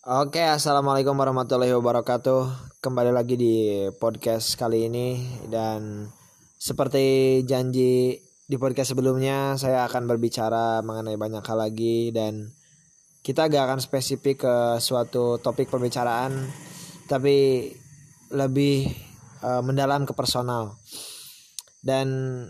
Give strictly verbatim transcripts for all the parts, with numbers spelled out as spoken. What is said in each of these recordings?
Oke, assalamualaikum warahmatullahi wabarakatuh. Kembali lagi di podcast kali ini, dan seperti janji di podcast sebelumnya, saya akan berbicara mengenai banyak hal lagi, dan kita gak akan spesifik ke suatu topik pembicaraan, tapi lebih uh, mendalam ke personal. Dan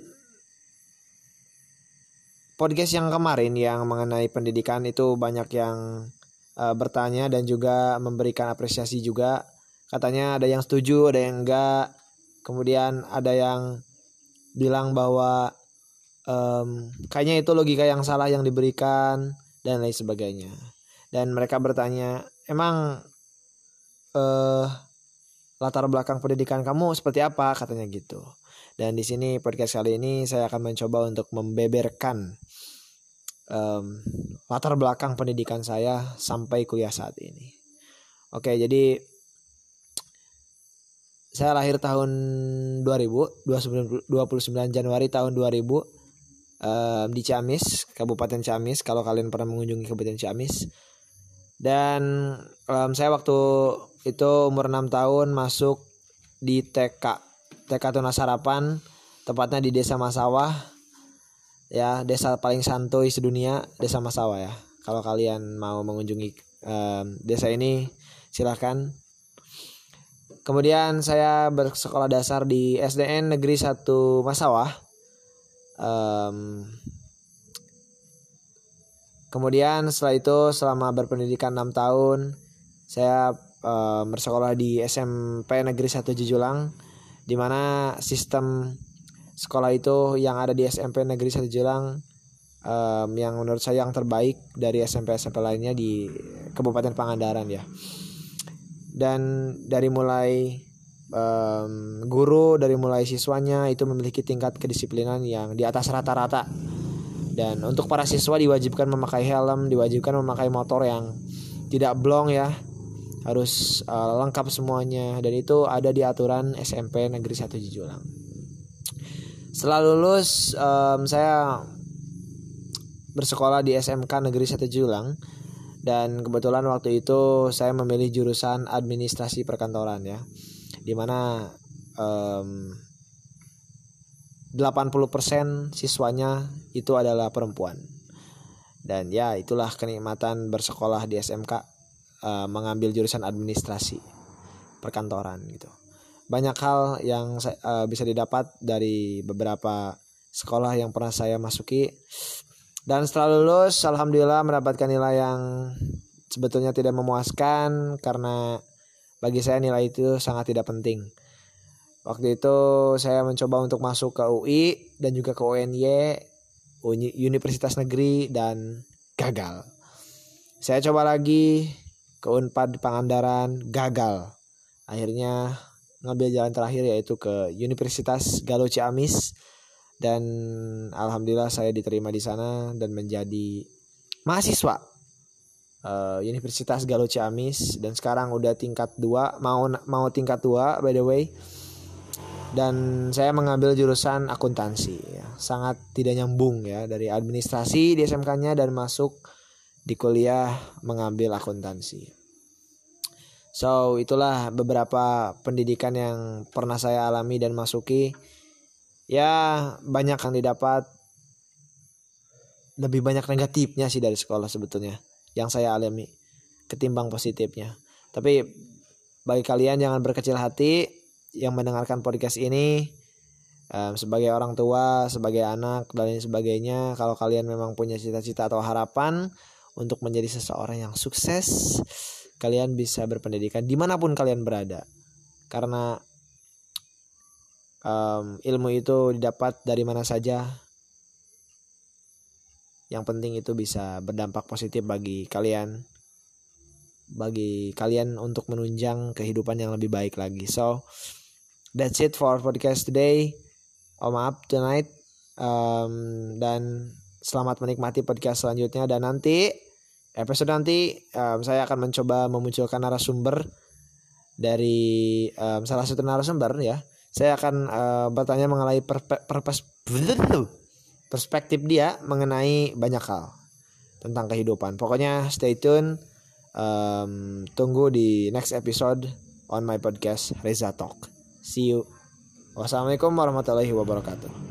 podcast yang kemarin yang mengenai pendidikan itu banyak yang Uh, bertanya dan juga memberikan apresiasi juga. Katanya ada yang setuju, ada yang enggak. Kemudian ada yang bilang bahwa um, kayaknya itu logika yang salah yang diberikan dan lain sebagainya. Dan mereka bertanya, emang uh, latar belakang pendidikan kamu seperti apa, katanya gitu. Dan di sini podcast kali ini saya akan mencoba untuk membeberkan Um, latar belakang pendidikan saya sampai kuliah saat ini. Oke, jadi saya lahir tahun dua ribu, dua puluh sembilan Januari tahun dua ribu um, di Ciamis, Kabupaten Ciamis. Kalau kalian pernah mengunjungi Kabupaten Ciamis. Dan um, saya waktu itu umur enam tahun masuk di T K T K Tunas Harapan, tepatnya di Desa Masawah. Ya, desa paling santuy sedunia, Desa Masawah ya. Kalau kalian mau mengunjungi um, desa ini, silahkan. Kemudian saya bersekolah dasar di S D N Negeri satu Masawah. Um, kemudian setelah itu selama berpendidikan enam tahun, saya um, bersekolah di S M P Negeri satu Jejulang, di mana sistem sekolah itu yang ada di S M P Negeri satu Jejulang um, yang menurut saya yang terbaik dari S M P-S M P lainnya di Kabupaten Pangandaran ya. Dan dari mulai um, guru, dari mulai siswanya itu memiliki tingkat kedisiplinan yang di atas rata-rata. Dan untuk para siswa diwajibkan memakai helm, diwajibkan memakai motor yang tidak blong ya. Harus uh, lengkap semuanya, dan itu ada di aturan S M P Negeri satu Jejulang. Setelah lulus, um, saya bersekolah di S M K Negeri satu Jejulang, dan kebetulan waktu itu saya memilih jurusan administrasi perkantoran ya, dimana um, delapan puluh persen siswanya itu adalah perempuan. Dan ya, itulah kenikmatan bersekolah di S M K, uh, mengambil jurusan administrasi perkantoran gitu. Banyak hal yang uh, bisa didapat dari beberapa sekolah yang pernah saya masuki. Dan setelah lulus, alhamdulillah mendapatkan nilai yang sebetulnya tidak memuaskan, karena bagi saya nilai itu sangat tidak penting. Waktu itu saya mencoba untuk masuk ke U I dan juga ke U N Y, Universitas Negeri, dan gagal. Saya coba lagi ke Unpad Pangandaran, gagal. Akhirnya ngambil jalan terakhir, yaitu ke Universitas Galuh Ciamis, dan alhamdulillah saya diterima di sana dan menjadi mahasiswa uh, Universitas Galuh Ciamis, dan sekarang udah tingkat dua, mau mau tingkat dua by the way. Dan saya mengambil jurusan akuntansi ya. Sangat tidak nyambung ya, dari administrasi di S M K-nya dan masuk di kuliah mengambil akuntansi. So, itulah beberapa pendidikan yang pernah saya alami dan masuki. Ya, banyak yang didapat. Lebih banyak negatifnya sih dari sekolah sebetulnya yang saya alami ketimbang positifnya. Tapi bagi kalian jangan berkecil hati yang mendengarkan podcast ini, um, sebagai orang tua, sebagai anak, dan lain sebagainya. Kalau kalian memang punya cita-cita atau harapan untuk menjadi seseorang yang sukses, kalian bisa berpendidikan dimanapun kalian berada, karena um, ilmu itu didapat dari mana saja. Yang penting itu bisa berdampak positif bagi kalian, bagi kalian untuk menunjang kehidupan yang lebih baik lagi. So that's it for podcast today. Oh maaf tonight, um, dan selamat menikmati podcast selanjutnya. Dan nanti episode nanti um, saya akan mencoba memunculkan narasumber dari um, salah satu narasumber ya. Saya akan uh, bertanya mengenai perpe- perpes- perspektif dia mengenai banyak hal tentang kehidupan. Pokoknya stay tune. Um, tunggu di next episode on my podcast Reza Talk. See you. Wassalamualaikum warahmatullahi wabarakatuh.